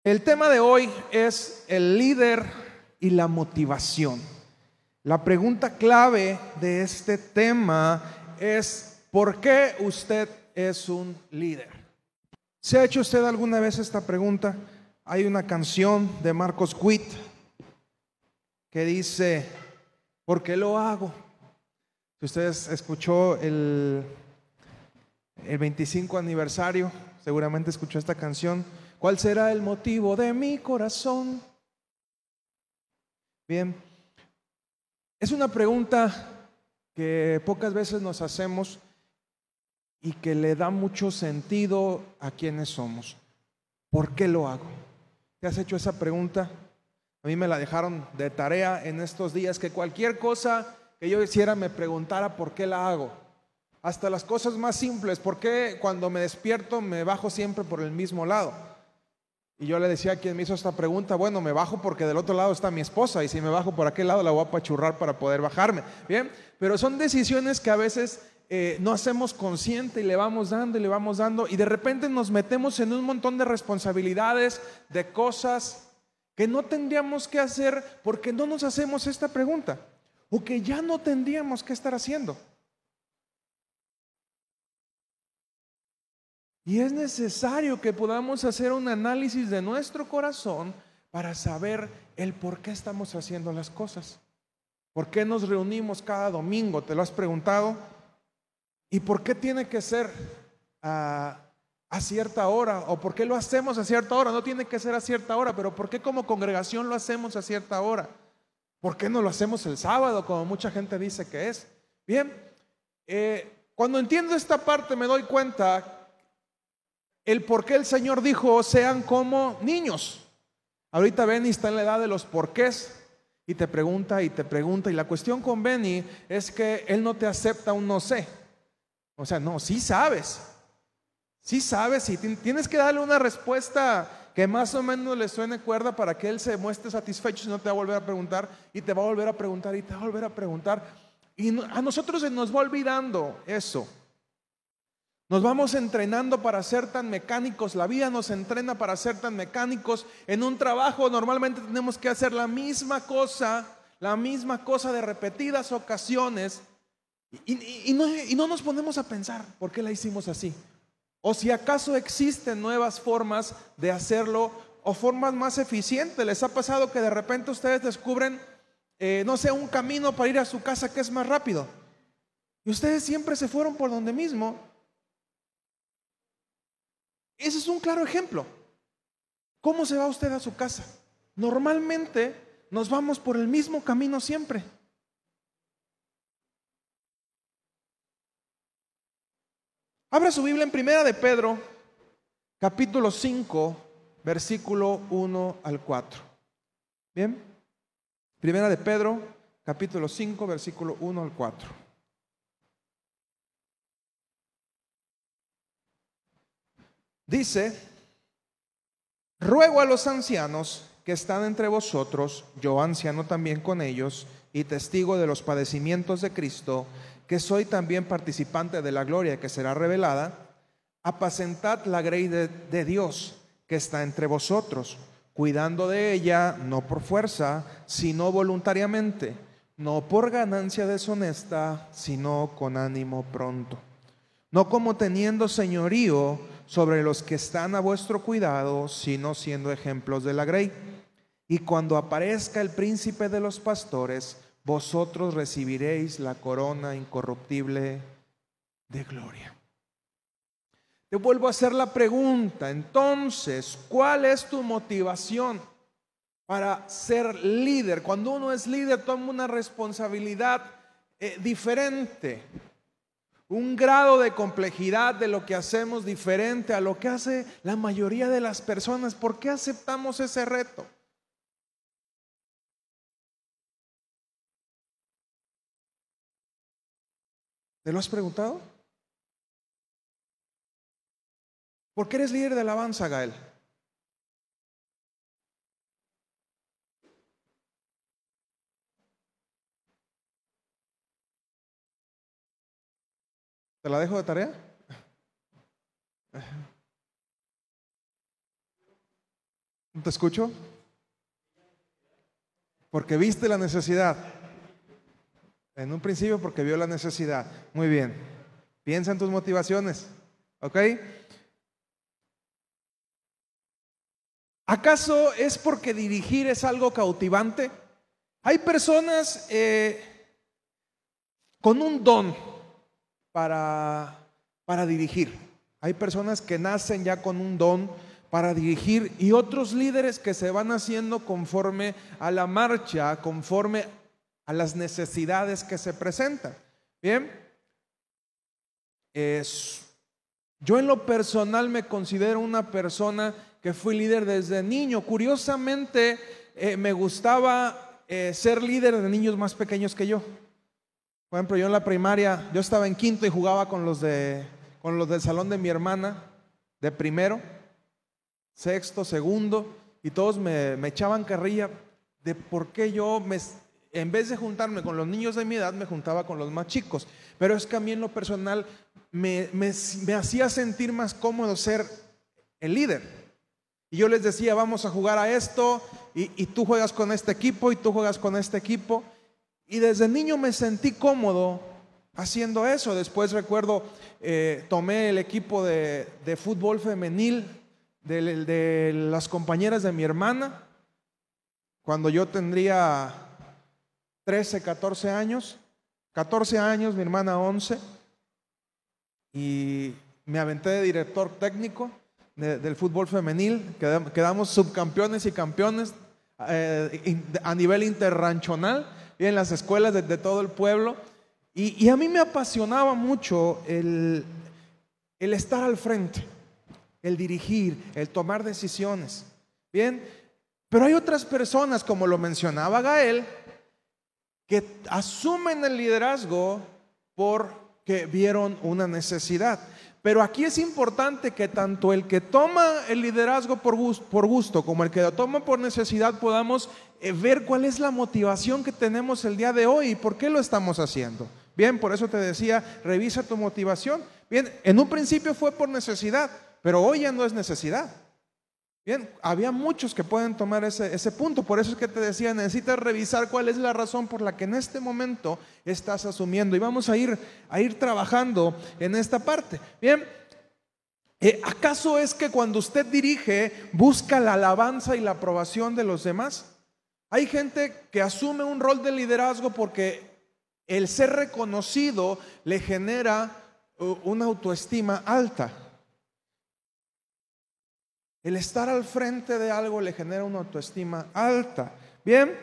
El tema de hoy es el líder y la motivación. La pregunta clave de este tema es: ¿por qué usted es un líder? ¿Se ha hecho usted alguna vez esta pregunta? Hay una canción de Marcos Witt que dice: ¿por qué lo hago? Si usted escuchó el 25 aniversario, seguramente escuchó esta canción. ¿Cuál será el motivo de mi corazón? Bien, es una pregunta que pocas veces nos hacemos y que le da mucho sentido a quienes somos. ¿Por qué lo hago? ¿Te has hecho esa pregunta? A mí me la dejaron de tarea en estos días, que cualquier cosa que yo hiciera me preguntara por qué la hago. Hasta las cosas más simples. ¿Por qué cuando me despierto me bajo siempre por el mismo lado? Y yo le decía a quien me hizo esta pregunta: bueno, me bajo porque del otro lado está mi esposa, y si me bajo por aquel lado la voy a apachurrar para poder bajarme. Bien, pero son decisiones que a veces no hacemos consciente, y le vamos dando, y de repente nos metemos en un montón de responsabilidades, de cosas que no tendríamos que hacer porque no nos hacemos esta pregunta, o que ya no tendríamos que estar haciendo. Y es necesario que podamos hacer un análisis de nuestro corazón para saber el por qué estamos haciendo las cosas. ¿Por qué nos reunimos cada domingo? ¿Te lo has preguntado? ¿Y por qué tiene que ser a cierta hora? ¿O por qué lo hacemos a cierta hora? No tiene que ser a cierta hora, pero ¿por qué como congregación lo hacemos a cierta hora? ¿Por qué no lo hacemos el sábado, como mucha gente dice que es? Bien, cuando entiendo esta parte me doy cuenta el por qué el Señor dijo: sean como niños. Ahorita Benny está en la edad de los porqués y te pregunta y te pregunta, y la cuestión con Benny es que él no te acepta un no sé. O sea, no, sí sabes y tienes que darle una respuesta que más o menos le suene cuerda para que él se muestre satisfecho. Si no, te va a volver a preguntar y te va a volver a preguntar y te va a volver a preguntar, y a nosotros se nos va olvidando eso. Nos vamos entrenando para ser tan mecánicos. La vida nos entrena para ser tan mecánicos. En un trabajo normalmente tenemos que hacer la misma cosa de repetidas ocasiones, y no nos ponemos a pensar por qué la hicimos así, o si acaso existen nuevas formas de hacerlo, o formas más eficientes. ¿Les ha pasado que de repente ustedes descubren, no sé, un camino para ir a su casa que es más rápido, y ustedes siempre se fueron por donde mismo? Ese es un claro ejemplo. ¿Cómo se va usted a su casa? Normalmente nos vamos por el mismo camino siempre. Abra su Biblia en Primera de Pedro, capítulo 5, versículo 1 al 4. Bien, Primera de Pedro, capítulo 5, versículo 1 al 4. Dice: ruego a los ancianos que están entre vosotros, yo anciano también con ellos, y testigo de los padecimientos de Cristo, que soy también participante de la gloria que será revelada, apacentad la grey de Dios que está entre vosotros, cuidando de ella no por fuerza, sino voluntariamente, no por ganancia deshonesta, sino con ánimo pronto, no como teniendo señorío sobre los que están a vuestro cuidado, sino siendo ejemplos de la grey. Y cuando aparezca el príncipe de los pastores, vosotros recibiréis la corona incorruptible de gloria. Te vuelvo a hacer la pregunta, entonces, ¿cuál es tu motivación para ser líder? Cuando uno es líder, toma una responsabilidad diferente, un grado de complejidad de lo que hacemos diferente a lo que hace la mayoría de las personas. ¿Por qué aceptamos ese reto? ¿Te lo has preguntado? ¿Por qué eres líder de alabanza, Gael? ¿Te la dejo de tarea? ¿No te escucho? Porque viste la necesidad. En un principio porque vio la necesidad. Muy bien. Piensa en tus motivaciones. ¿Ok? ¿Acaso es porque dirigir es algo cautivante? Hay personas con un don para dirigir. Hay personas que nacen ya con un don para dirigir y otros líderes que se van haciendo conforme a la marcha, conforme a las necesidades que se presentan. Bien, yo en lo personal me considero una persona que fui líder desde niño. Curiosamente, me gustaba ser líder de niños más pequeños que yo. Por ejemplo, yo en la primaria, yo estaba en quinto y jugaba con los del salón de mi hermana, de primero, sexto, segundo, y todos me echaban carrilla de por qué yo, en vez de juntarme con los niños de mi edad, me juntaba con los más chicos. Pero es que a mí en lo personal me hacía sentir más cómodo ser el líder. Y yo les decía, vamos a jugar a esto, y tú juegas con este equipo, y tú juegas con este equipo. Y desde niño me sentí cómodo haciendo eso. Después recuerdo, tomé el equipo de fútbol femenil de las compañeras de mi hermana, cuando yo tendría 13, 14 años. 14 años, mi hermana 11. Y me aventé de director técnico del fútbol femenil. Quedamos subcampeones y campeones a nivel interranchonal y en las escuelas de todo el pueblo. Y a mí me apasionaba mucho el estar al frente, el dirigir, el tomar decisiones. Bien, pero hay otras personas, como lo mencionaba Gael, que asumen el liderazgo porque vieron una necesidad. Pero aquí es importante que tanto el que toma el liderazgo por gusto como el que lo toma por necesidad podamos ver cuál es la motivación que tenemos el día de hoy y por qué lo estamos haciendo. Bien, por eso te decía, revisa tu motivación. Bien, en un principio fue por necesidad, pero hoy ya no es necesidad. Bien, había muchos que pueden tomar ese punto. Por eso es que te decía, necesitas revisar cuál es la razón por la que en este momento estás asumiendo. Y vamos a ir trabajando en esta parte. Bien, ¿acaso es que cuando usted dirige busca la alabanza y la aprobación de los demás? Hay gente que asume un rol de liderazgo porque el ser reconocido le genera una autoestima alta. El estar al frente de algo le genera una autoestima alta. Bien.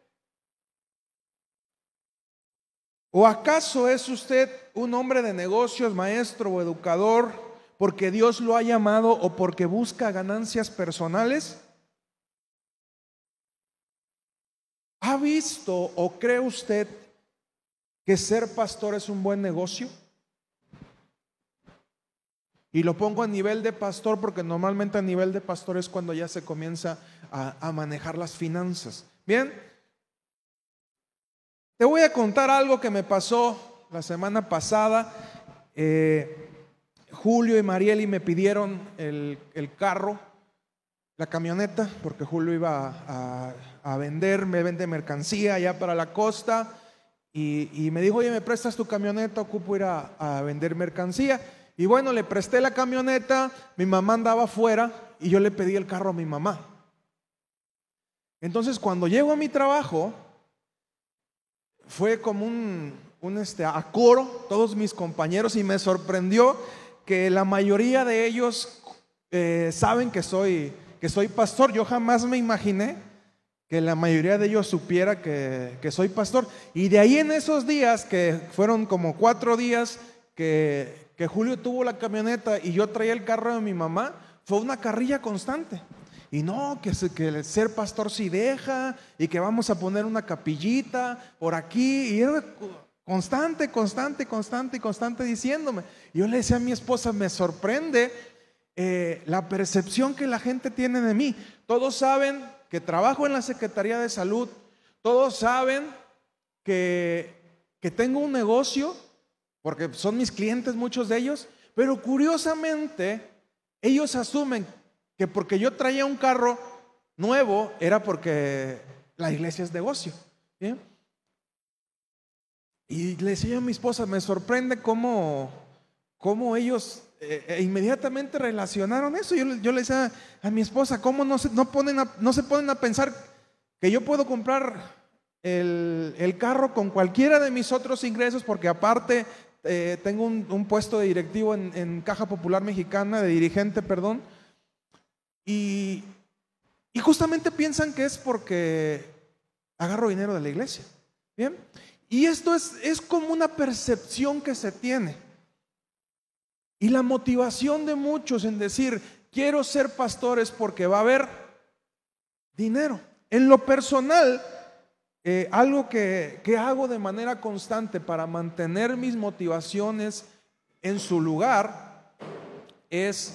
¿O acaso es usted un hombre de negocios, maestro o educador porque Dios lo ha llamado o porque busca ganancias personales? ¿Ha visto o cree usted que ser pastor es un buen negocio? Y lo pongo a nivel de pastor porque normalmente a nivel de pastor es cuando ya se comienza a manejar las finanzas. Bien, te voy a contar algo que me pasó la semana pasada. Julio y Marieli me pidieron el carro, la camioneta, porque Julio iba a me vende mercancía allá para la costa. Y me dijo, oye, ¿me prestas tu camioneta? Ocupo ir a vender mercancía. Y bueno, le presté la camioneta, mi mamá andaba afuera y yo le pedí el carro a mi mamá. Entonces cuando llego a mi trabajo, fue como un acoro, todos mis compañeros, y me sorprendió que la mayoría de ellos saben que soy pastor. Yo jamás me imaginé que la mayoría de ellos supiera que soy pastor. Y de ahí en esos días, que fueron como 4 días que Julio tuvo la camioneta y yo traía el carro de mi mamá, fue una carrilla constante. Y no, que el ser pastor sí deja, y que vamos a poner una capillita por aquí. Y era constante diciéndome. Y yo le decía a mi esposa, me sorprende la percepción que la gente tiene de mí. Todos saben que trabajo en la Secretaría de Salud, todos saben que tengo un negocio, porque son mis clientes muchos de ellos, pero curiosamente ellos asumen que porque yo traía un carro nuevo era porque la iglesia es negocio. ¿Bien? Y le decía a mi esposa, me sorprende cómo ellos inmediatamente relacionaron eso. Yo le decía a mi esposa, ¿cómo no se ponen a pensar que yo puedo comprar el carro con cualquiera de mis otros ingresos? Porque aparte tengo un puesto de directivo en Caja Popular Mexicana, de dirigente, perdón. Y justamente piensan que es porque agarro dinero de la iglesia. ¿Bien? Y esto es como una percepción que se tiene. Y la motivación de muchos en decir, quiero ser pastor, es porque va a haber dinero. En lo personal, algo que hago de manera constante para mantener mis motivaciones en su lugar es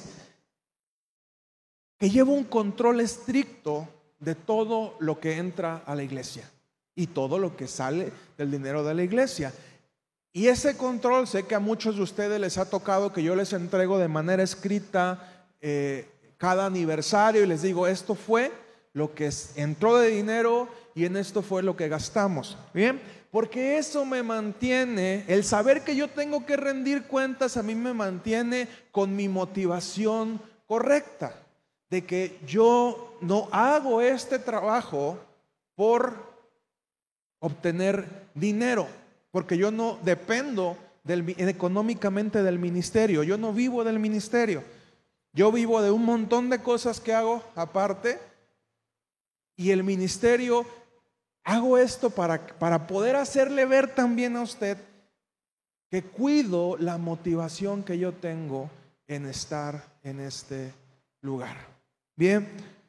que llevo un control estricto de todo lo que entra a la iglesia y todo lo que sale del dinero de la iglesia. Y ese control, sé que a muchos de ustedes les ha tocado que yo les entrego de manera escrita cada aniversario y les digo, esto fue lo que entró de dinero y en esto fue lo que gastamos. Bien, porque eso me mantiene, el saber que yo tengo que rendir cuentas, a mí me mantiene con mi motivación correcta, de que yo no hago este trabajo por obtener dinero, porque yo no dependo económicamente del ministerio, yo no vivo del ministerio, yo vivo de un montón de cosas que hago aparte, y el ministerio, hago esto para poder hacerle ver también a usted que cuido la motivación que yo tengo en estar en este lugar. Bien,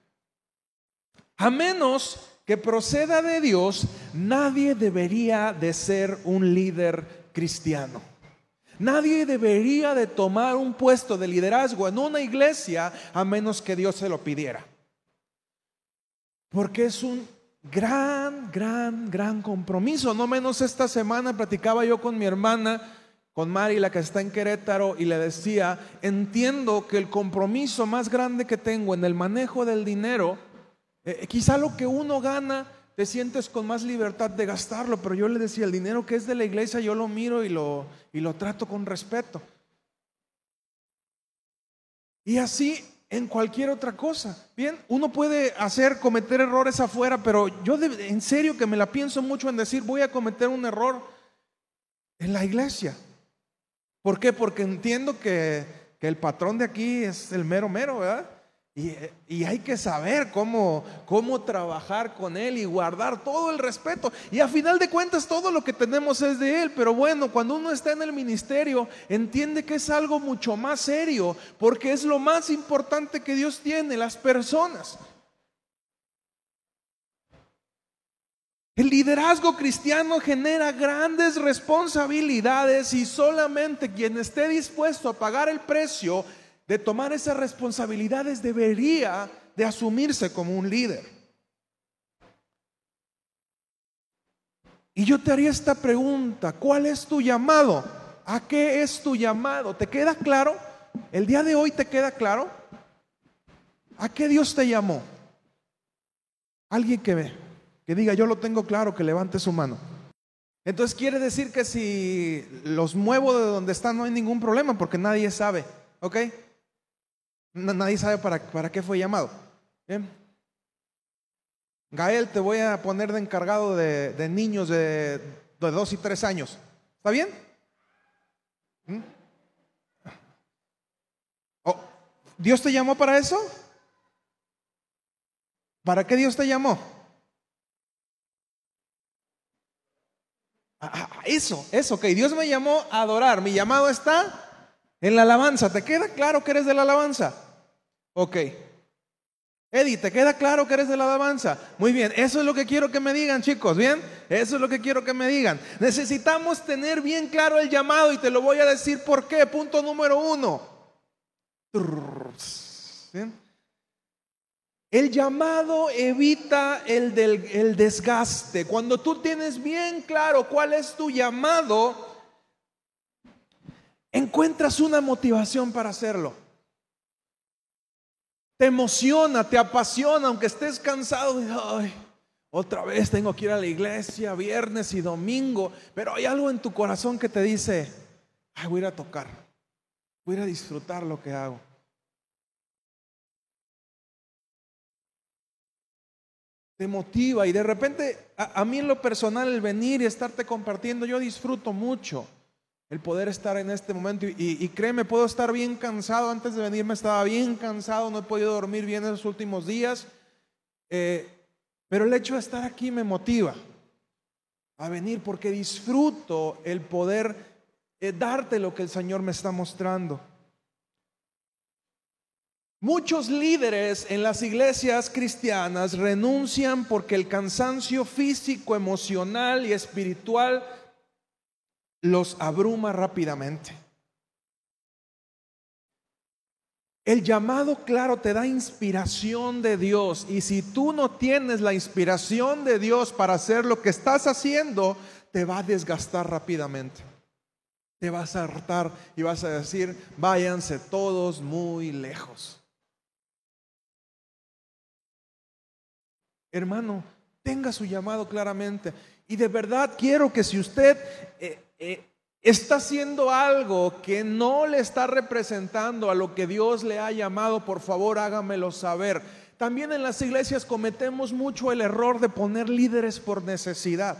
a menos que proceda de Dios, nadie debería de ser un líder cristiano. Nadie debería de tomar un puesto de liderazgo en una iglesia a menos que Dios se lo pidiera. Porque es un gran compromiso. No menos esta semana platicaba yo con mi hermana, con Mari, la que está en Querétaro, y le decía, entiendo que el compromiso más grande que tengo en el manejo del dinero, quizá lo que uno gana te sientes con más libertad de gastarlo, pero yo le decía, el dinero que es de la iglesia yo lo miro y lo trato con respeto. Y así en cualquier otra cosa. Bien, uno puede cometer errores afuera, pero yo en serio que me la pienso mucho en decir, voy a cometer un error en la iglesia. ¿Por qué? Porque entiendo que el patrón de aquí es el mero, ¿verdad? Y hay que saber cómo trabajar con él y guardar todo el respeto. Y a final de cuentas todo lo que tenemos es de él. Pero bueno, cuando uno está en el ministerio, entiende que es algo mucho más serio, porque es lo más importante que Dios tiene, las personas. El liderazgo cristiano genera grandes responsabilidades y solamente quien esté dispuesto a pagar el precio de tomar esas responsabilidades debería de asumirse como un líder. Y yo te haría esta pregunta: ¿cuál es tu llamado? ¿A qué es tu llamado? ¿Te queda claro? ¿El día de hoy te queda claro? ¿A qué Dios te llamó? Alguien que diga yo lo tengo claro, que levante su mano. Entonces quiere decir que si los muevo de donde están no hay ningún problema, porque nadie sabe, ¿ok? Nadie sabe para qué fue llamado. Bien. Gael, te voy a poner de encargado de niños de 2 y 3 años. ¿Está bien? Oh, ¿Dios te llamó para eso? ¿Para qué Dios te llamó? Eso, que Dios me llamó a adorar. Mi llamado está en la alabanza. ¿Te queda claro que eres de la alabanza? Ok. Eddie, ¿te queda claro que eres de la alabanza? Muy bien, eso es lo que quiero que me digan, chicos, ¿bien? Eso es lo que quiero que me digan. Necesitamos tener bien claro el llamado y te lo voy a decir por qué. Punto número 1. ¿Bien? El llamado evita el desgaste. Cuando tú tienes bien claro cuál es tu llamado, encuentras una motivación para hacerlo. Te emociona, te apasiona, aunque estés cansado de, ay, otra vez tengo que ir a la iglesia viernes y domingo, pero hay algo en tu corazón que te dice, ay, voy a ir a tocar, voy a ir a disfrutar lo que hago. Te motiva y de repente, a mí en lo personal, el venir y estarte compartiendo, yo disfruto mucho el poder estar en este momento y créeme, puedo estar bien cansado. Antes de venirme estaba bien cansado, no he podido dormir bien esos últimos días, pero el hecho de estar aquí me motiva a venir porque disfruto el poder darte lo que el Señor me está mostrando. Muchos líderes en las iglesias cristianas renuncian porque el cansancio físico, emocional y espiritual los abruma rápidamente. El llamado, claro, te da inspiración de Dios, y si tú no tienes la inspiración de Dios para hacer lo que estás haciendo, te va a desgastar rápidamente. Te vas a hartar y vas a decir, váyanse todos muy lejos. Hermano, tenga su llamado claramente. Y de verdad quiero que si usted está haciendo algo que no le está representando a lo que Dios le ha llamado, por favor hágamelo saber. También en las iglesias cometemos mucho el error de poner líderes por necesidad.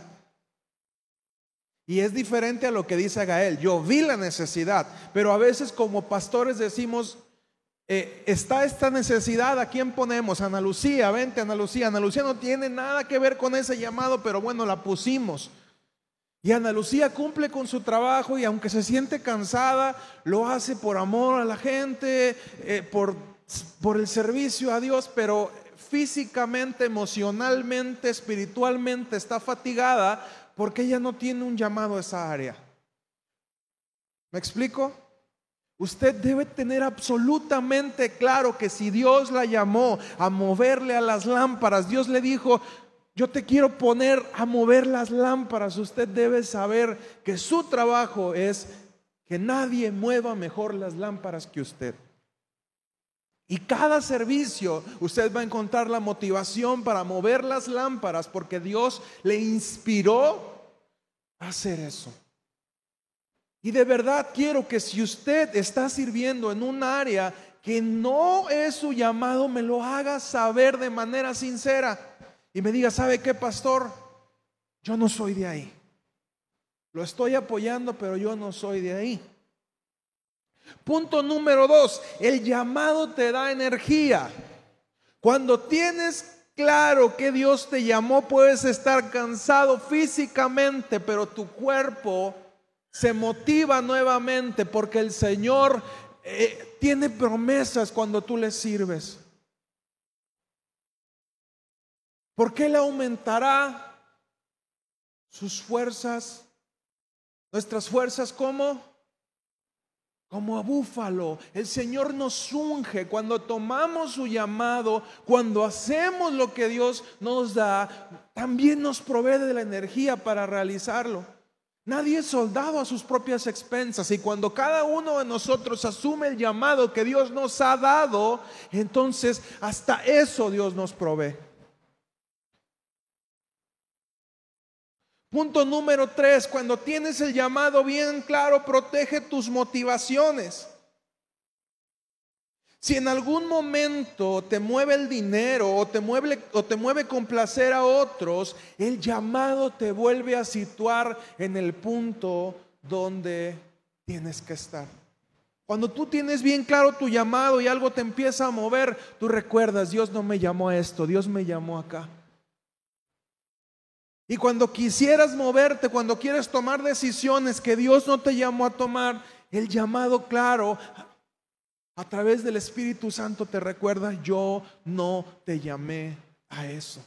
Y es diferente a lo que dice Gael. Yo vi la necesidad, pero a veces como pastores decimos, está esta necesidad, ¿a quién ponemos? Ana Lucía, vente Ana Lucía. Ana Lucía no tiene nada que ver con ese llamado, pero bueno, la pusimos. Y Ana Lucía cumple con su trabajo y aunque se siente cansada, lo hace por amor a la gente, por el servicio a Dios, pero físicamente, emocionalmente, espiritualmente está fatigada porque ella no tiene un llamado a esa área. ¿Me explico? Usted debe tener absolutamente claro que si Dios la llamó a moverle a las lámparas, Dios le dijo, yo te quiero poner a mover las lámparas. Usted debe saber que su trabajo es que nadie mueva mejor las lámparas que usted. Y cada servicio usted va a encontrar la motivación para mover las lámparas porque Dios le inspiró a hacer eso. Y de verdad quiero que si usted está sirviendo en un área que no es su llamado, me lo haga saber de manera sincera y me diga, ¿sabe qué, pastor? Yo no soy de ahí. Lo estoy apoyando, pero yo no soy de ahí. Punto número 2, el llamado te da energía. Cuando tienes claro que Dios te llamó, puedes estar cansado físicamente, pero tu cuerpo se motiva nuevamente porque el Señor tiene promesas cuando tú le sirves. Porque Él aumentará sus fuerzas, nuestras fuerzas como a búfalo. El Señor nos unge cuando tomamos su llamado, cuando hacemos lo que Dios nos da, también nos provee de la energía para realizarlo. Nadie es soldado a sus propias expensas, y cuando cada uno de nosotros asume el llamado que Dios nos ha dado, entonces hasta eso Dios nos provee. Punto número 3, cuando tienes el llamado bien claro, protege tus motivaciones. Si en algún momento te mueve el dinero o te mueve complacer a otros, el llamado te vuelve a situar en el punto donde tienes que estar. Cuando tú tienes bien claro tu llamado y algo te empieza a mover, tú recuerdas, Dios no me llamó a esto, Dios me llamó acá. Y cuando quisieras moverte, cuando quieres tomar decisiones que Dios no te llamó a tomar, el llamado claro a través del Espíritu Santo te recuerda, yo no te llamé a eso.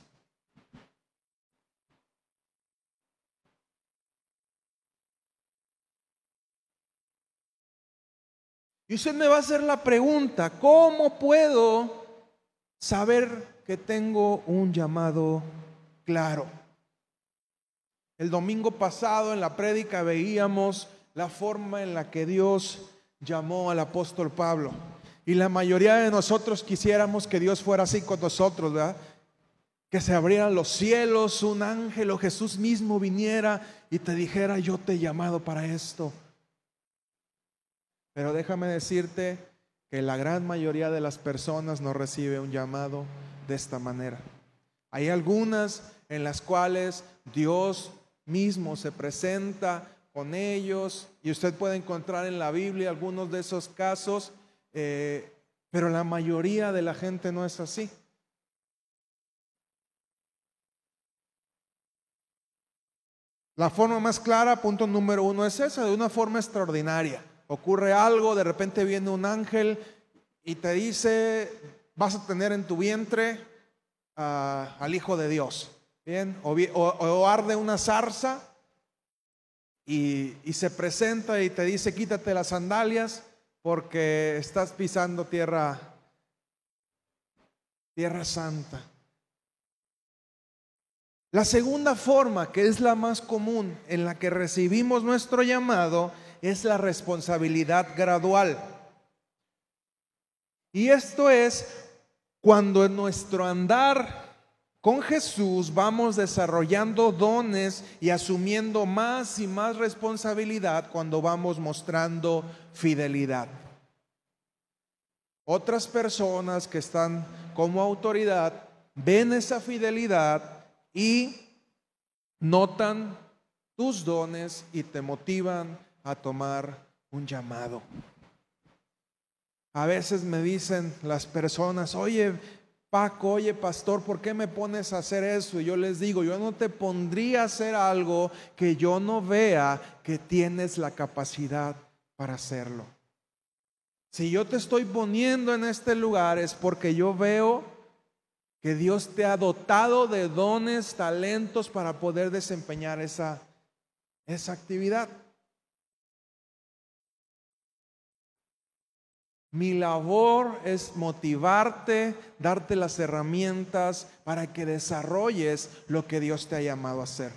Y usted me va a hacer la pregunta, ¿cómo puedo saber que tengo un llamado claro? El domingo pasado en la prédica veíamos la forma en la que Dios llamó al apóstol Pablo. Y la mayoría de nosotros quisiéramos que Dios fuera así con nosotros, ¿verdad? Que se abrieran los cielos, un ángel o Jesús mismo viniera y te dijera: yo te he llamado para esto. Pero déjame decirte que la gran mayoría de las personas no recibe un llamado de esta manera. Hay algunas en las cuales Dios mismo se presenta con ellos, y usted puede encontrar en la Biblia algunos de esos casos, pero la mayoría de la gente no es así. La forma más clara, punto número 1, es esa: de una forma extraordinaria. Ocurre algo, de repente viene un ángel y te dice: vas a tener en tu vientre al Hijo de Dios. Bien, o arde una zarza y se presenta y te dice: quítate las sandalias porque estás pisando tierra santa. La segunda forma, que es la más común en la que recibimos nuestro llamado, es la responsabilidad gradual. Y esto es cuando en nuestro andar con Jesús vamos desarrollando dones y asumiendo más y más responsabilidad, cuando vamos mostrando fidelidad. Otras personas que están como autoridad ven esa fidelidad y notan tus dones y te motivan a tomar un llamado. A veces me dicen las personas: oye Paco, oye pastor, ¿por qué me pones a hacer eso? Y yo les digo: yo no te pondría a hacer algo que yo no vea que tienes la capacidad para hacerlo. Si yo te estoy poniendo en este lugar es porque yo veo que Dios te ha dotado de dones, talentos para poder desempeñar esa actividad. Mi labor es motivarte, darte las herramientas para que desarrolles lo que Dios te ha llamado a hacer.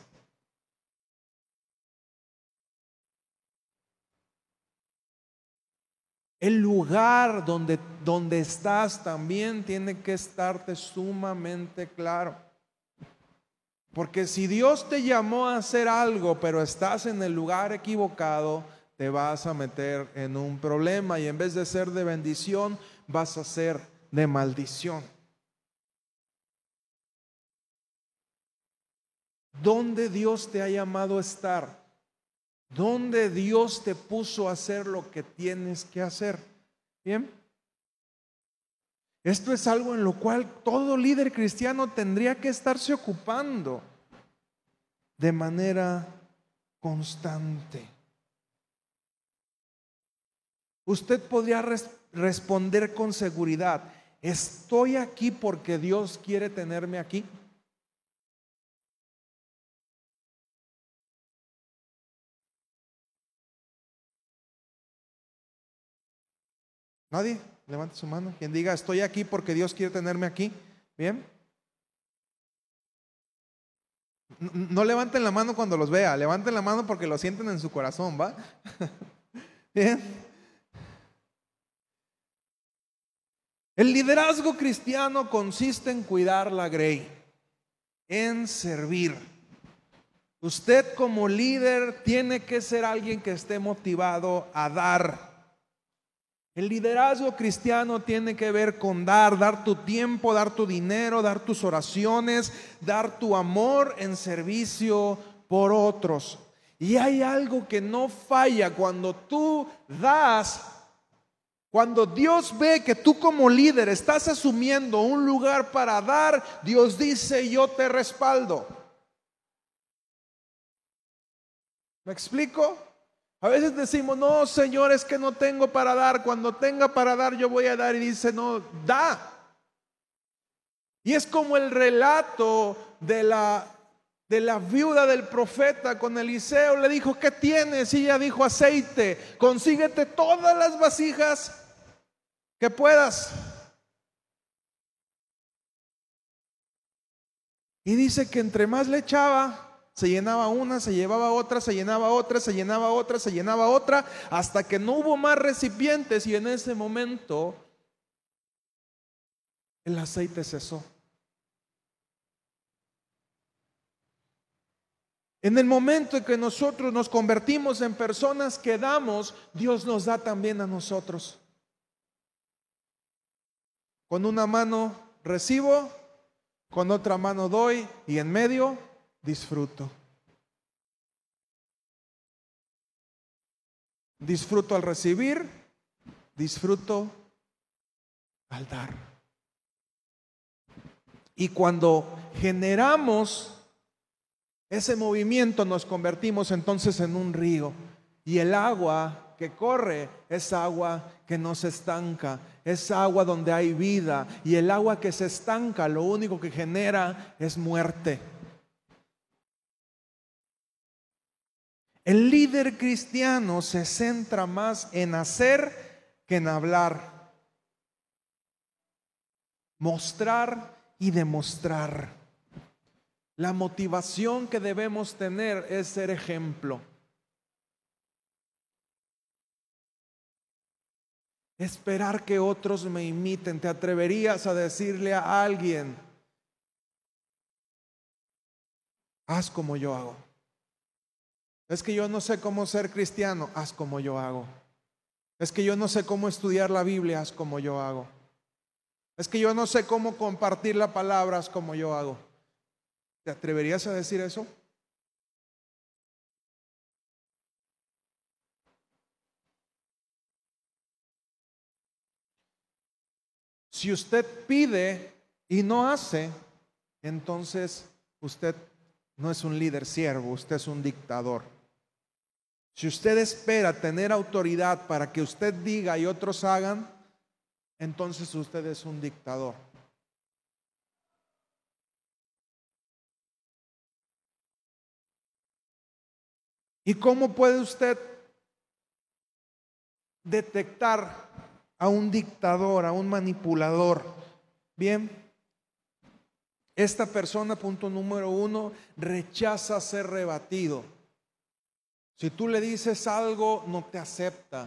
El lugar donde estás también tiene que estarte sumamente claro. Porque si Dios te llamó a hacer algo, pero estás en el lugar equivocado, te vas a meter en un problema, y en vez de ser de bendición, vas a ser de maldición. ¿Dónde Dios te ha llamado a estar? ¿Dónde Dios te puso a hacer lo que tienes que hacer? Bien. Esto es algo en lo cual todo líder cristiano tendría que estarse ocupando de manera constante. Usted podría responder con seguridad: ¿estoy aquí porque Dios quiere tenerme aquí? ¿Nadie? Levante su mano. Quien diga: estoy aquí porque Dios quiere tenerme aquí. Bien. No levanten la mano cuando los vea, levanten la mano porque lo sienten en su corazón, ¿va? Bien. El liderazgo cristiano consiste en cuidar la grey, en servir. Usted como líder tiene que ser alguien que esté motivado a dar. El liderazgo cristiano tiene que ver con dar tu tiempo, dar tu dinero, dar tus oraciones, dar tu amor en servicio por otros. Y hay algo que no falla cuando tú das. Cuando Dios ve que tú como líder estás asumiendo un lugar para dar, Dios dice: yo te respaldo. ¿Me explico? A veces decimos: no, Señor, es que no tengo para dar. Cuando tenga para dar, yo voy a dar. Y dice: no, da. Y es como el relato de la viuda del profeta con Eliseo. Le dijo: ¿qué tienes? Y ella dijo: aceite. Consíguete todas las vasijas que puedas. Y dice que entre más le echaba, se llenaba una, se llevaba otra, se llenaba otra, se llenaba otra, se llenaba otra, hasta que no hubo más recipientes. Y en ese momento el aceite cesó. En el momento en que nosotros nos convertimos en personas que damos, Dios nos da también a nosotros. Con una mano recibo, con otra mano doy y en medio disfruto. Disfruto al recibir, disfruto al dar. Y cuando generamos ese movimiento, nos convertimos entonces en un río. Y el agua que corre es agua que no se estanca, es agua donde hay vida. Y el agua que se estanca, lo único que genera es muerte. El líder cristiano se centra más en hacer que en hablar, mostrar y demostrar. La motivación que debemos tener es ser ejemplo. Esperar que otros me imiten. ¿Te atreverías a decirle a alguien: haz como yo hago? Es que yo no sé cómo ser cristiano, haz como yo hago. Es que yo no sé cómo estudiar la Biblia, haz como yo hago. Es que yo no sé cómo compartir la palabra, haz como yo hago. ¿Te atreverías a decir eso? Si usted pide y no hace, entonces usted no es un líder siervo, usted es un dictador. Si usted espera tener autoridad para que usted diga y otros hagan, entonces usted es un dictador. ¿Y cómo puede usted detectar a un dictador, a un manipulador? Bien, esta persona, punto número 1, rechaza ser rebatido. Si tú le dices algo, no te acepta,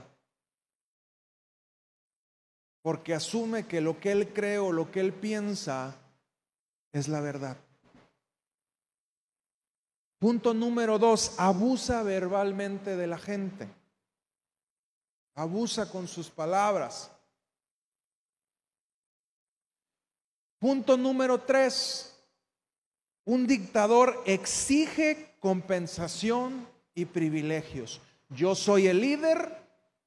porque asume que lo que él cree o lo que él piensa es la verdad. Punto número 2, abusa verbalmente de la gente. Abusa con sus palabras. Punto número 3, un dictador exige compensación y privilegios. Yo soy el líder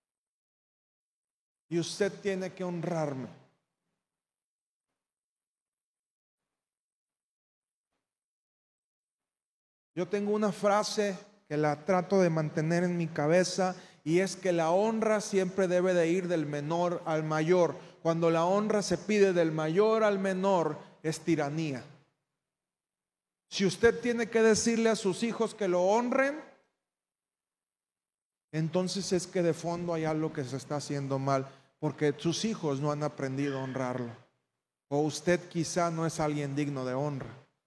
y usted tiene que honrarme. Yo tengo una frase que la trato de mantener en mi cabeza y es que la honra siempre debe de ir del menor al mayor. Cuando la honra se pide del mayor al menor, es tiranía. Si usted tiene que decirle a sus hijos que lo honren, entonces es que de fondo hay algo que se está haciendo mal, porque sus hijos no han aprendido a honrarlo. O usted quizá no es alguien digno de honra.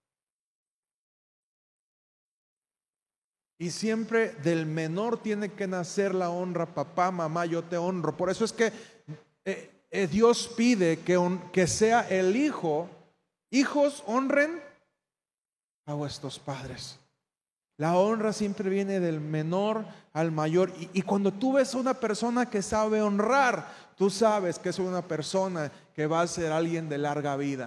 Y siempre del menor tiene que nacer la honra. Papá, mamá, yo te honro. Por eso es que Dios pide que sea el hijo. Hijos, honren a vuestros padres. La honra siempre viene del menor al mayor. Y cuando tú ves a una persona que sabe honrar, tú sabes que es una persona que va a ser alguien de larga vida.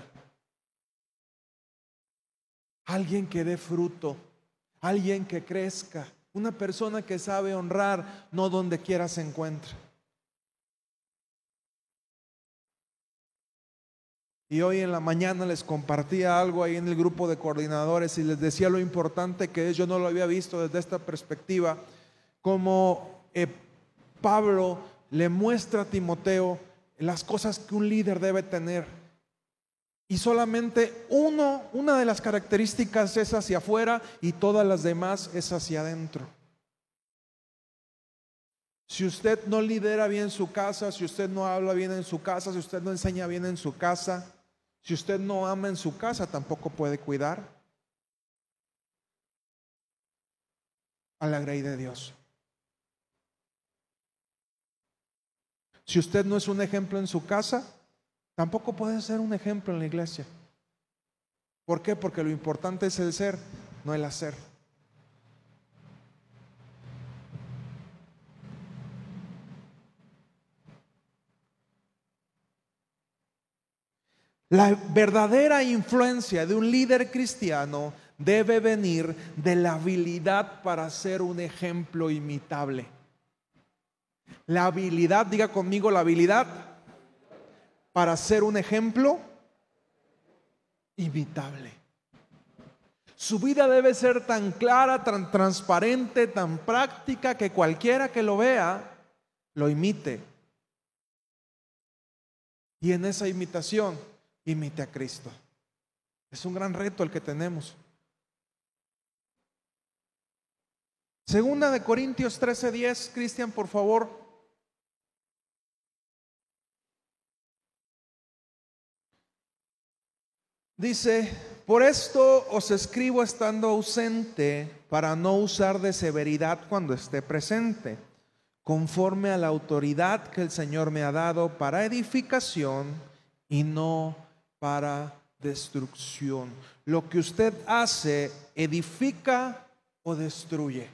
Alguien que dé fruto. Alguien que crezca, una persona que sabe honrar, no donde quiera se encuentre. Y hoy en la mañana les compartía algo ahí en el grupo de coordinadores y les decía lo importante que es. Yo no lo había visto desde esta perspectiva, como Pablo le muestra a Timoteo las cosas que un líder debe tener. Y solamente una de las características es hacia afuera y todas las demás es hacia adentro. Si usted no lidera bien su casa, si usted no habla bien en su casa, si usted no enseña bien en su casa, si usted no ama en su casa, tampoco puede cuidar a la grey de Dios. Si usted no es un ejemplo en su casa, tampoco puedes ser un ejemplo en la iglesia. ¿Por qué? Porque lo importante es el ser, no el hacer. La verdadera influencia de un líder cristiano debe venir de la habilidad para ser un ejemplo imitable. La habilidad, diga conmigo, la habilidad para ser un ejemplo imitable. Su vida debe ser tan clara, tan transparente, tan práctica que cualquiera que lo vea lo imite. Y en esa imitación imite a Cristo. Es un gran reto el que tenemos. Segunda de Corintios 13:10, Cristian, por favor. Dice: por esto os escribo estando ausente, para no usar de severidad cuando esté presente, conforme a la autoridad que el Señor me ha dado para edificación y no para destrucción. Lo que usted hace, ¿edifica o destruye?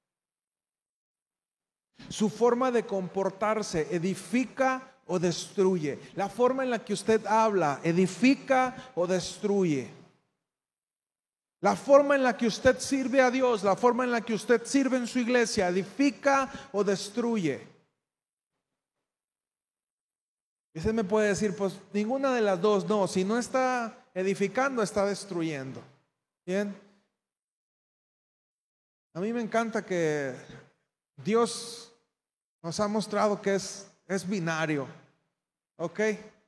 Su forma de comportarse, ¿edifica o destruye? La forma en la que usted habla, ¿edifica o destruye? La forma en la que usted sirve a Dios, la forma en la que usted sirve en su iglesia, ¿edifica o destruye? Y usted me puede decir, pues ninguna de las dos. No, si no está edificando, está destruyendo. Bien. A mí me encanta que Dios nos ha mostrado que es binario. ¿Ok?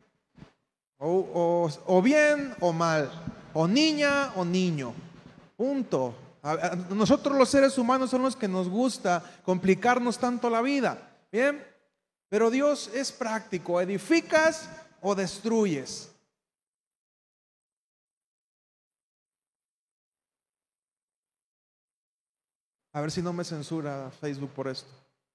O bien o mal, o niña o niño, punto. A nosotros los seres humanos son los que nos gusta complicarnos tanto la vida, bien, pero Dios es práctico. ¿Edificas o destruyes? A ver si no me censura Facebook por esto.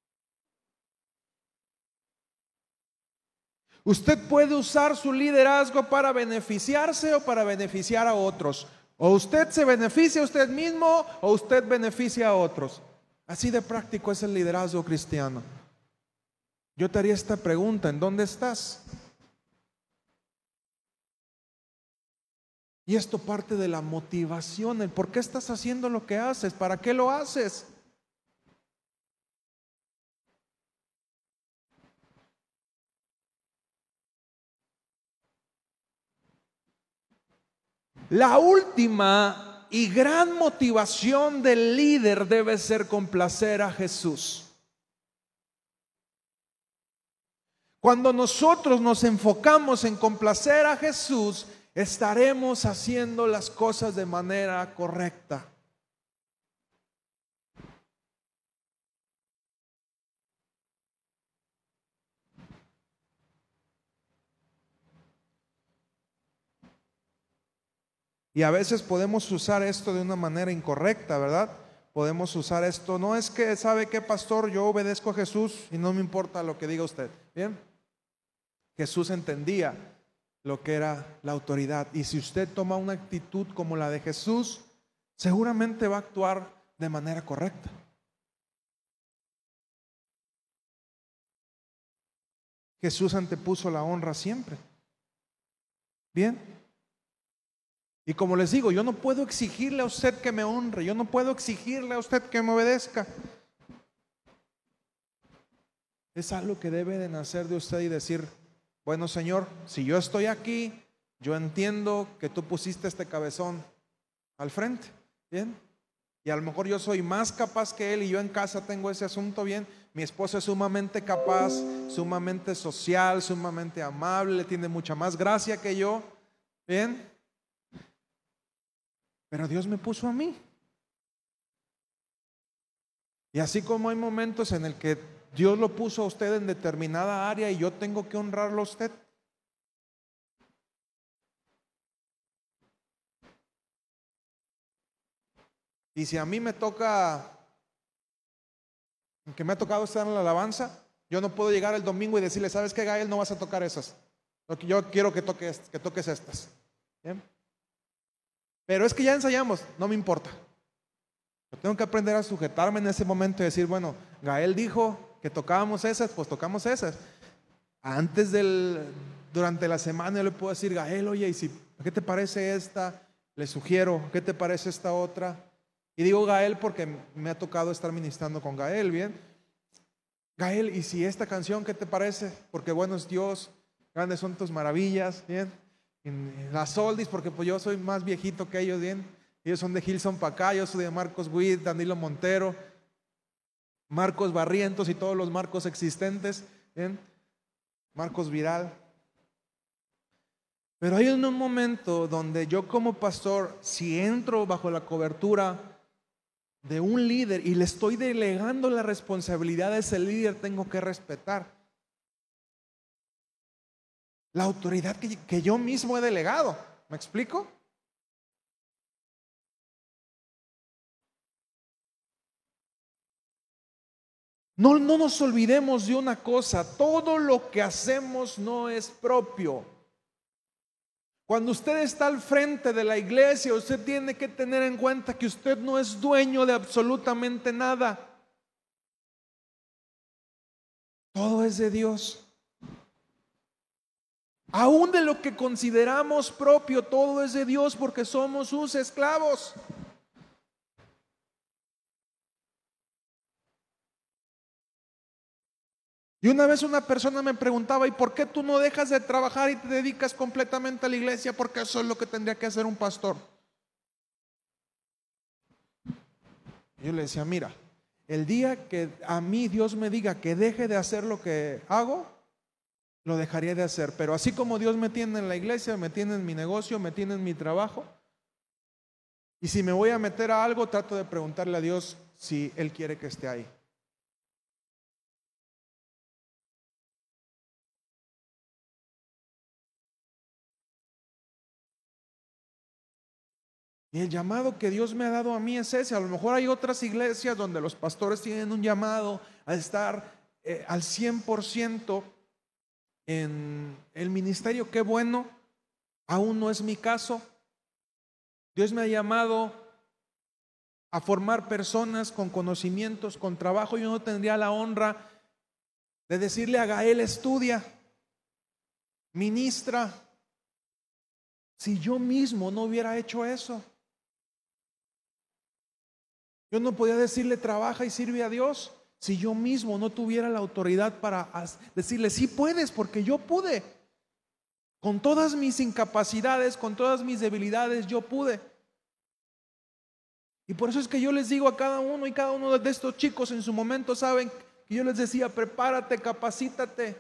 Usted puede usar su liderazgo para beneficiarse o para beneficiar a otros. O usted se beneficia a usted mismo o usted beneficia a otros. Así de práctico es el liderazgo cristiano. Yo te haría esta pregunta: ¿en dónde estás? Y esto parte de la motivación, el por qué estás haciendo lo que haces, para qué lo haces. La última y gran motivación del líder debe ser complacer a Jesús. Cuando nosotros nos enfocamos en complacer a Jesús, estaremos haciendo las cosas de manera correcta. Y a veces podemos usar esto de una manera incorrecta, ¿verdad? Podemos usar esto, no es que, ¿sabe qué, pastor? Yo obedezco a Jesús y no me importa lo que diga usted. Bien, Jesús entendía lo que era la autoridad. Y si usted toma una actitud como la de Jesús, seguramente va a actuar de manera correcta. Jesús antepuso la honra siempre. Bien. Y como les digo, yo no puedo exigirle a usted que me honre, yo no puedo exigirle a usted que me obedezca. Es algo que debe de nacer de usted y decir: bueno, Señor, si yo estoy aquí, yo entiendo que tú pusiste este cabezón al frente, ¿bien? Y a lo mejor yo soy más capaz que él y yo en casa tengo ese asunto bien. Mi esposa es sumamente capaz, sumamente social, sumamente amable, tiene mucha más gracia que yo, ¿bien? Pero Dios me puso a mí. Y así como hay momentos en el que Dios lo puso a usted en determinada área y yo tengo que honrarlo a usted. Y si a mí me toca, que me ha tocado estar en la alabanza, yo no puedo llegar el domingo y decirle: ¿sabes qué, Gael? No vas a tocar esas. Yo quiero que toques estas. ¿Bien? Pero es que ya ensayamos, no me importa. Yo tengo que aprender a sujetarme en ese momento y decir, bueno, Gael dijo que tocábamos esas, pues tocamos esas. Durante la semana yo le puedo decir, Gael, oye, ¿qué te parece esta? Le sugiero, ¿qué te parece esta otra? Y digo Gael porque me ha tocado estar ministrando con Gael, ¿bien? Gael, ¿y si esta canción qué te parece? Porque bueno es Dios, grandes son tus maravillas, ¿bien? En las oldies, porque pues yo soy más viejito que ellos, ¿bien? Ellos son de Gilson para acá, yo soy de Marcos Witt, Danilo Montero, Marcos Barrientos y todos los Marcos existentes, ¿bien? Marcos Viral. Pero hay un momento donde yo como pastor, si entro bajo la cobertura de un líder y le estoy delegando la responsabilidad a ese líder, tengo que respetar la autoridad que yo mismo he delegado. ¿Me explico? No nos olvidemos de una cosa, todo lo que hacemos no es propio. Cuando usted está al frente de la iglesia, usted tiene que tener en cuenta que usted no es dueño de absolutamente nada. Todo es de Dios. Aún de lo que consideramos propio, todo es de Dios porque somos sus esclavos. Y una vez una persona me preguntaba, ¿y por qué tú no dejas de trabajar y te dedicas completamente a la iglesia? Porque eso es lo que tendría que hacer un pastor. Yo le decía, mira, el día que a mí Dios me diga que deje de hacer lo que hago, lo dejaría de hacer. Pero así como Dios me tiene en la iglesia, me tiene en mi negocio, me tiene en mi trabajo, y si me voy a meter a algo, trato de preguntarle a Dios si Él quiere que esté ahí. Y el llamado que Dios me ha dado a mí es ese. A lo mejor hay otras iglesias donde los pastores tienen un llamado a estar al 100% en el ministerio. Qué bueno, aún no es mi caso. Dios me ha llamado a formar personas con conocimientos, con trabajo. Yo no tendría la honra de decirle a Gael, estudia, ministra, si yo mismo no hubiera hecho eso. Yo no podía decirle trabaja y sirve a Dios si yo mismo no tuviera la autoridad para decirle sí puedes, porque yo pude. Con todas mis incapacidades, con todas mis debilidades, yo pude. Y por eso es que yo les digo a cada uno y cada uno de estos chicos en su momento, saben que yo les decía, prepárate, capacítate.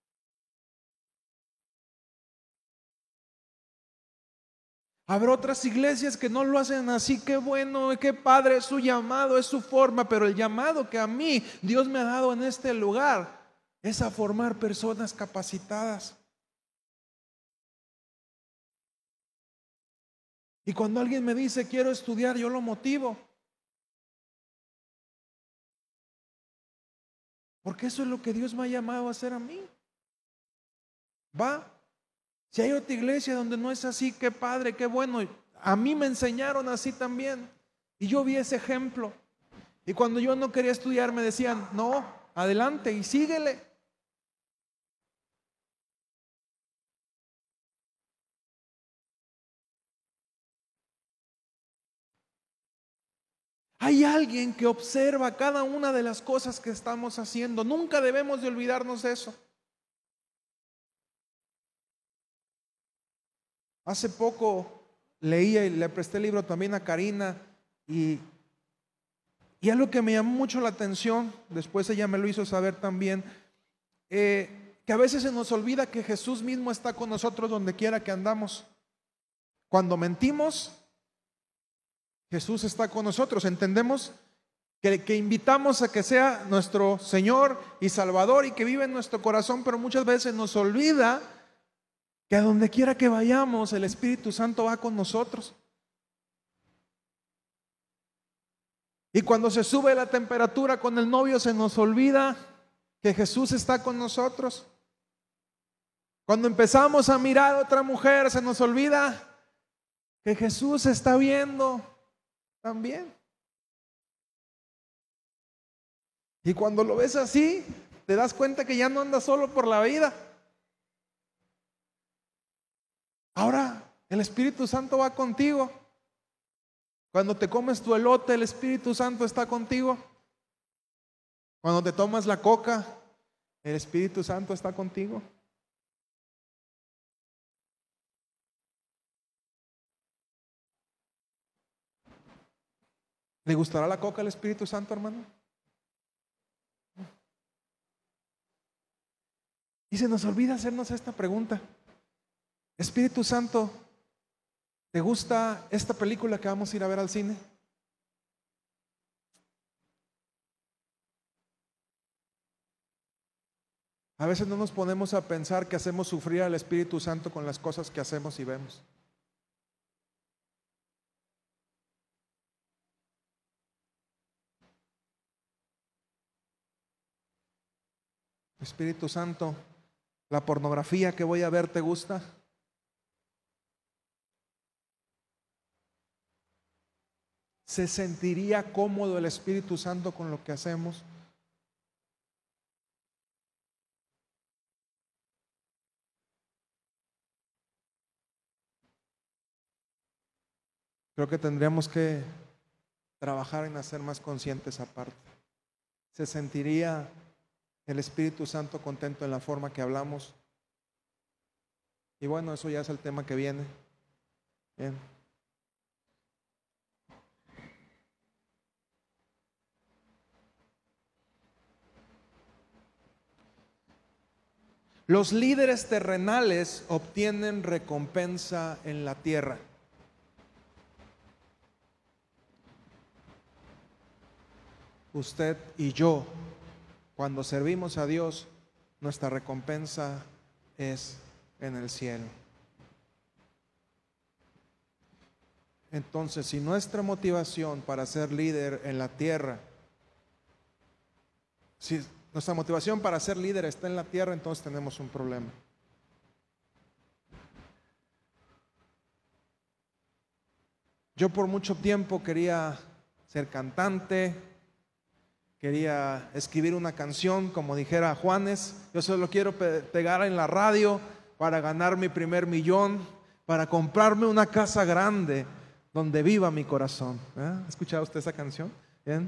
Habrá otras iglesias que no lo hacen así. Qué bueno, qué padre, es su llamado, es su forma. Pero el llamado que a mí Dios me ha dado en este lugar es a formar personas capacitadas. Y cuando alguien me dice quiero estudiar, yo lo motivo, porque eso es lo que Dios me ha llamado a hacer a mí. Va. Si hay otra iglesia donde no es así, qué padre, qué bueno. A mí me enseñaron así también. Y yo vi ese ejemplo. Y cuando yo no quería estudiar me decían, no, adelante y síguele. Hay alguien que observa cada una de las cosas que estamos haciendo. Nunca debemos de olvidarnos de eso. Hace poco leía y le presté el libro también a Karina y algo que me llamó mucho la atención, después ella me lo hizo saber también, que a veces se nos olvida que Jesús mismo está con nosotros donde quiera que andamos. Cuando mentimos, Jesús está con nosotros. Entendemos que invitamos a que sea nuestro Señor y Salvador y que vive en nuestro corazón, pero muchas veces nos olvida que a donde quiera que vayamos, el Espíritu Santo va con nosotros. Y cuando se sube la temperatura con el novio, se nos olvida que Jesús está con nosotros. Cuando empezamos a mirar a otra mujer, se nos olvida que Jesús está viendo también. Y cuando lo ves así, te das cuenta que ya no andas solo por la vida. Ahora el Espíritu Santo va contigo. Cuando te comes tu elote, el Espíritu Santo está contigo. Cuando te tomas la coca, el Espíritu Santo está contigo. ¿Le gustará la coca al Espíritu Santo, hermano? Y se nos olvida hacernos esta pregunta. Espíritu Santo, ¿te gusta esta película que vamos a ir a ver al cine? A veces no nos ponemos a pensar que hacemos sufrir al Espíritu Santo con las cosas que hacemos y vemos. Espíritu Santo, ¿la pornografía que voy a ver te gusta? ¿Se sentiría cómodo el Espíritu Santo con lo que hacemos? Creo que tendríamos que trabajar en hacer más conscientes aparte. ¿Se sentiría el Espíritu Santo contento en la forma que hablamos? Y bueno, eso ya es el tema que viene. Bien. Los líderes terrenales obtienen recompensa en la tierra. Usted y yo, cuando servimos a Dios, nuestra recompensa es en el cielo. Entonces, si nuestra motivación para ser líder en la tierra, si nuestra motivación para ser líder está en la tierra, entonces tenemos un problema. Yo por mucho tiempo quería ser cantante, quería escribir una canción, como dijera Juanes. Yo solo quiero pegar en la radio para ganar mi primer millón, para comprarme una casa grande donde viva mi corazón. ¿Ha escuchado usted esa canción? Bien.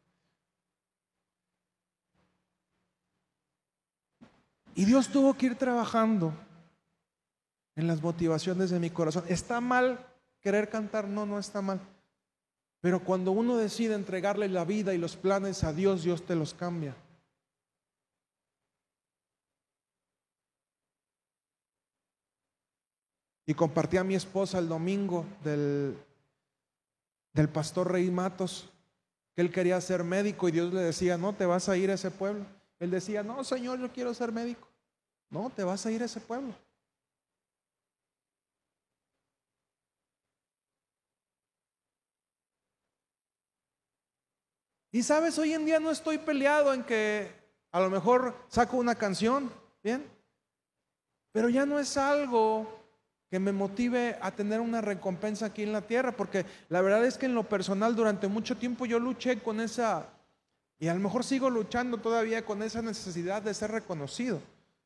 Y Dios tuvo que ir trabajando en las motivaciones de mi corazón. ¿Está mal querer cantar? No, no está mal. Pero cuando uno decide entregarle la vida y los planes a Dios, Dios te los cambia. Y compartí a mi esposa el domingo del pastor Rey Matos, que él quería ser médico y Dios le decía, no, te vas a ir a ese pueblo. Él decía, no, Señor, yo quiero ser médico. No, te vas a ir a ese pueblo. Y sabes, hoy en día no estoy peleado en que a lo mejor saco una canción, ¿bien? Pero ya no es algo que me motive a tener una recompensa aquí en la tierra, porque la verdad es que en lo personal durante mucho tiempo yo luché con esa, y a lo mejor sigo luchando todavía con esa necesidad de ser reconocido.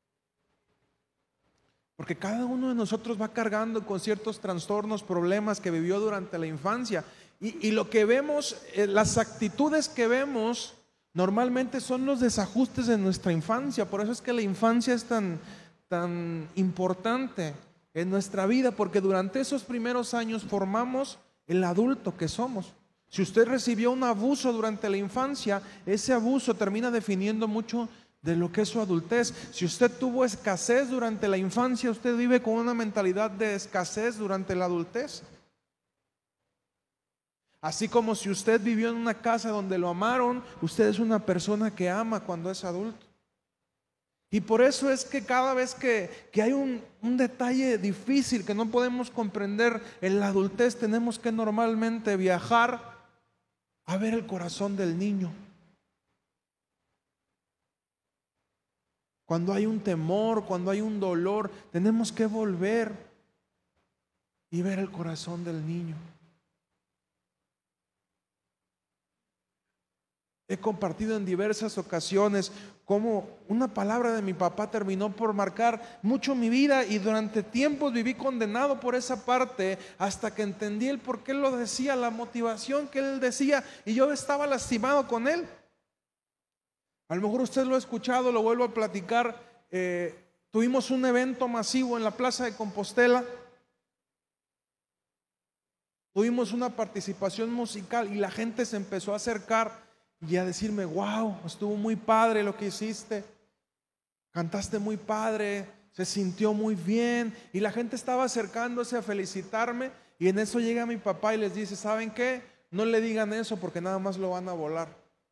Porque cada uno de nosotros va cargando con ciertos trastornos, problemas que vivió durante la infancia. Y lo que vemos, las actitudes que vemos, normalmente son los desajustes de nuestra infancia. Por eso es que la infancia es tan importante en nuestra vida, porque durante esos primeros años formamos el adulto que somos. Si usted recibió un abuso durante la infancia, ese abuso termina definiendo mucho de lo que es su adultez. Si usted tuvo escasez durante la infancia, usted vive con una mentalidad de escasez durante la adultez. Así como si usted vivió en una casa donde lo amaron, usted es una persona que ama cuando es adulto. Y por eso es que cada vez que hay un detalle difícil que no podemos comprender en la adultez, tenemos que normalmente viajar a ver el corazón del niño. cuando hay un temor, cuando hay un dolor, tenemos que volver y ver el corazón del niño. He compartido en diversas ocasiones cómo una palabra de mi papá terminó por marcar mucho mi vida, y durante tiempos viví condenado por esa parte hasta que entendí el por qué lo decía, la motivación que él decía, y yo estaba lastimado con él. A lo mejor usted lo ha escuchado, lo vuelvo a platicar. Tuvimos un evento masivo en la Plaza de Compostela. Tuvimos una participación musical y la gente se empezó a acercar y a decirme: wow, estuvo muy padre lo que hiciste, cantaste muy padre, se sintió muy bien. Y la gente estaba acercándose a felicitarme, y en eso llega mi papá y les dice: ¿saben qué? No le digan eso porque nada más lo van a volar.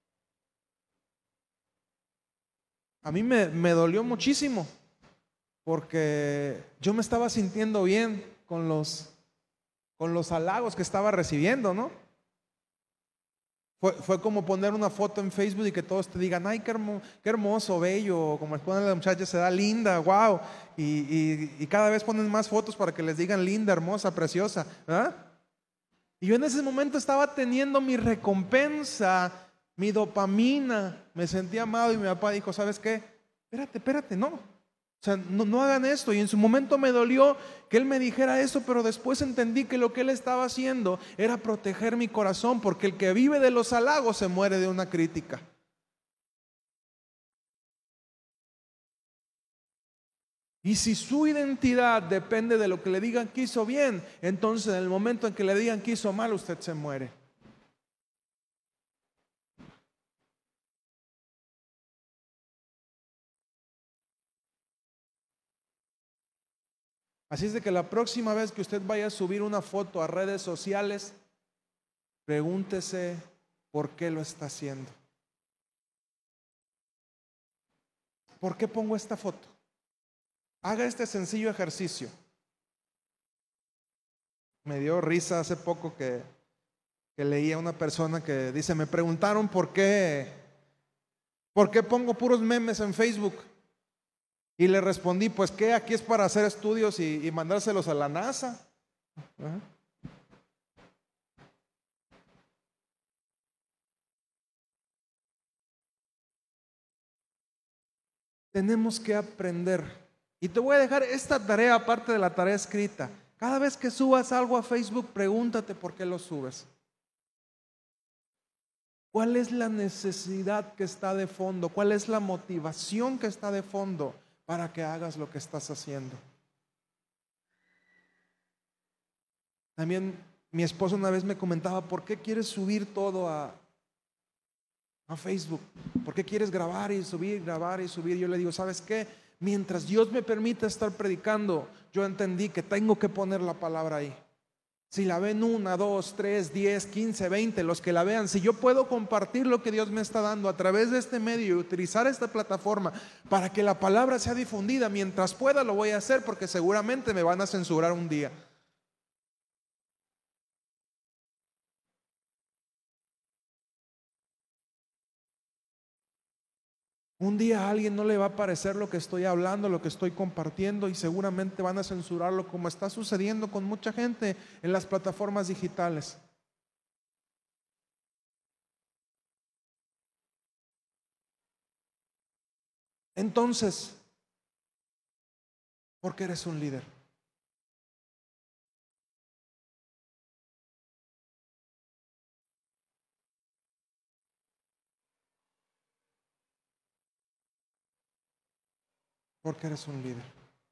A mí me dolió muchísimo, porque yo me estaba sintiendo bien con los halagos que estaba recibiendo, ¿no? Fue como poner una foto en Facebook y que todos te digan: ay, qué hermoso, bello, como les ponen a la muchacha, se da linda, wow. Y cada vez ponen más fotos para que les digan linda, hermosa, preciosa, ¿verdad? Y yo en ese momento estaba teniendo mi recompensa, mi dopamina, me sentía amado, y mi papá dijo: ¿sabes qué? Espérate, no. O sea, no hagan esto. Y en su momento me dolió que él me dijera eso, pero después entendí que lo que él estaba haciendo era proteger mi corazón, porque el que vive de los halagos se muere de una crítica. Y si su identidad depende de lo que le digan que hizo bien, entonces en el momento en que le digan que hizo mal, usted se muere. Así es de que la próxima vez que usted vaya a subir una foto a redes sociales, pregúntese por qué lo está haciendo. ¿Por qué pongo esta foto? Haga este sencillo ejercicio. Me dio risa hace poco que leí a una persona que dice: me preguntaron por qué pongo puros memes en Facebook. Y le respondí: pues que aquí es para hacer estudios y mandárselos a la NASA. ¿Ah? Tenemos que aprender. Y te voy a dejar esta tarea aparte de la tarea escrita. Cada vez que subas algo a Facebook, pregúntate por qué lo subes. ¿Cuál es la necesidad que está de fondo? ¿Cuál es la motivación que está de fondo para que hagas lo que estás haciendo? También mi esposa una vez me comentaba: ¿por qué quieres subir todo a Facebook? ¿Por qué quieres grabar y subir, grabar y subir? Yo le digo: ¿sabes qué? Mientras Dios me permita estar predicando, yo entendí que tengo que poner la palabra ahí. Si la ven 1, 2, 3, 10, 15, 20, los que la vean, si yo puedo compartir lo que Dios me está dando a través de este medio y utilizar esta plataforma para que la palabra sea difundida, mientras pueda lo voy a hacer, porque seguramente me van a censurar un día. Un día a alguien no le va a parecer lo que estoy hablando, lo que estoy compartiendo, y seguramente van a censurarlo, como está sucediendo con mucha gente en las plataformas digitales. Entonces, ¿por qué eres un líder? ¿Por qué eres un líder?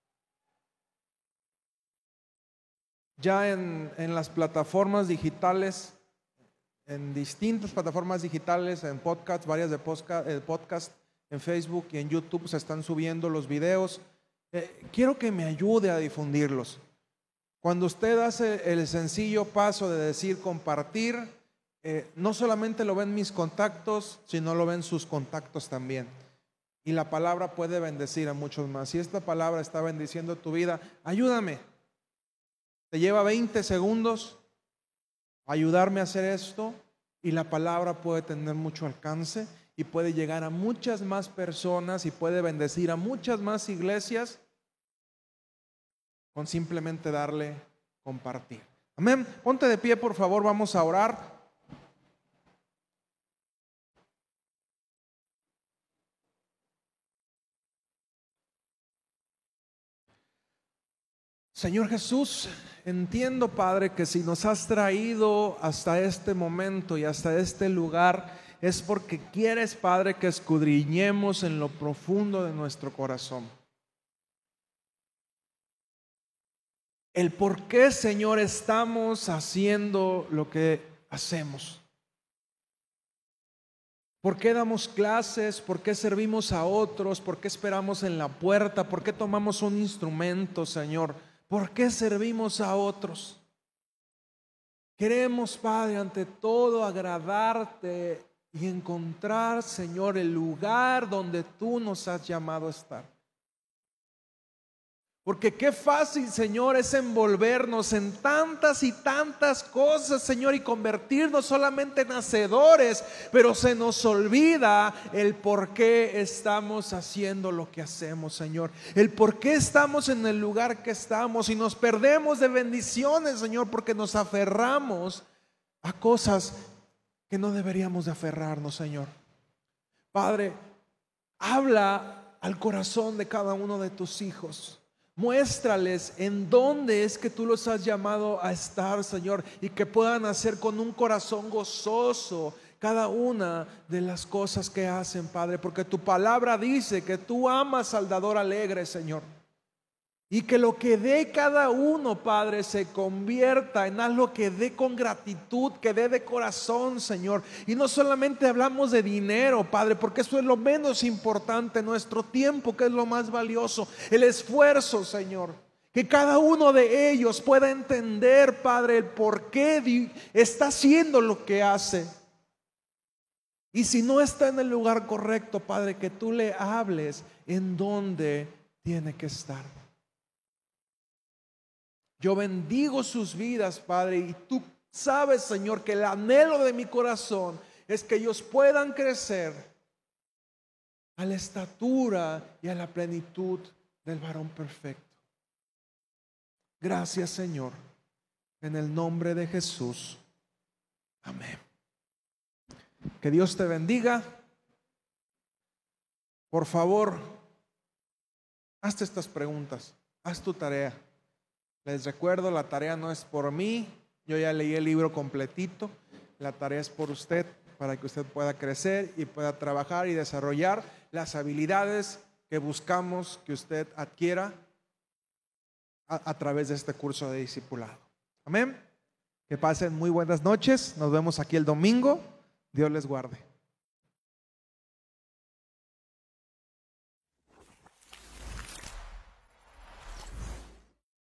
Ya en las plataformas digitales, en distintas plataformas digitales, en podcasts, varias de podcast, en Facebook y en YouTube se están subiendo los videos. Quiero que me ayude a difundirlos. Cuando usted hace el sencillo paso de decir compartir, no solamente lo ven mis contactos, sino lo ven sus contactos también. Y la palabra puede bendecir a muchos más. Si esta palabra está bendiciendo tu vida, ayúdame. Te lleva 20 segundos ayudarme a hacer esto, y la palabra puede tener mucho alcance. y puede llegar a muchas más personas y puede bendecir a muchas más iglesias con simplemente darle compartir. Amén. Ponte de pie, por favor, vamos a orar. Señor Jesús, entiendo, Padre, que si nos has traído hasta este momento y hasta este lugar, es porque quieres, Padre, que escudriñemos en lo profundo de nuestro corazón. El por qué, Señor, estamos haciendo lo que hacemos. ¿Por qué damos clases? ¿Por qué servimos a otros? ¿Por qué esperamos en la puerta? ¿Por qué tomamos un instrumento, Señor? ¿Por qué servimos a otros? Queremos, Padre, ante todo agradarte y encontrar, Señor, el lugar donde tú nos has llamado a estar. Porque qué fácil, Señor, es envolvernos en tantas y tantas cosas, Señor, y convertirnos solamente en hacedores, pero se nos olvida el por qué estamos haciendo lo que hacemos, Señor. El por qué estamos en el lugar que estamos y nos perdemos de bendiciones, Señor, porque nos aferramos a cosas que no deberíamos de aferrarnos, Señor. Padre, habla al corazón de cada uno de tus hijos. Muéstrales en dónde es que tú los has llamado a estar, Señor, y que puedan hacer con un corazón gozoso cada una de las cosas que hacen, Padre, porque tu palabra dice que tú amas al dador alegre, Señor, y que lo que dé cada uno, Padre, se convierta en algo que dé con gratitud, que dé de corazón, Señor. Y no solamente hablamos de dinero, Padre, porque eso es lo menos importante, nuestro tiempo, que es lo más valioso, el esfuerzo, Señor. Que cada uno de ellos pueda entender, Padre, el por qué está haciendo lo que hace. Y si no está en el lugar correcto, Padre, que tú le hables en donde tiene que estar. Yo bendigo sus vidas, Padre, y tú sabes, Señor, que el anhelo de mi corazón es que ellos puedan crecer a la estatura y a la plenitud del varón perfecto. Gracias, Señor, en el nombre de Jesús. Amén. Que Dios te bendiga. Por favor, hazte estas preguntas, haz tu tarea. Les recuerdo, la tarea no es por mí, yo ya leí el libro completito, la tarea es por usted, para que usted pueda crecer y pueda trabajar y desarrollar las habilidades que buscamos que usted adquiera a través de este curso de discipulado. Amén. Que pasen muy buenas noches, nos vemos aquí el domingo, Dios les guarde.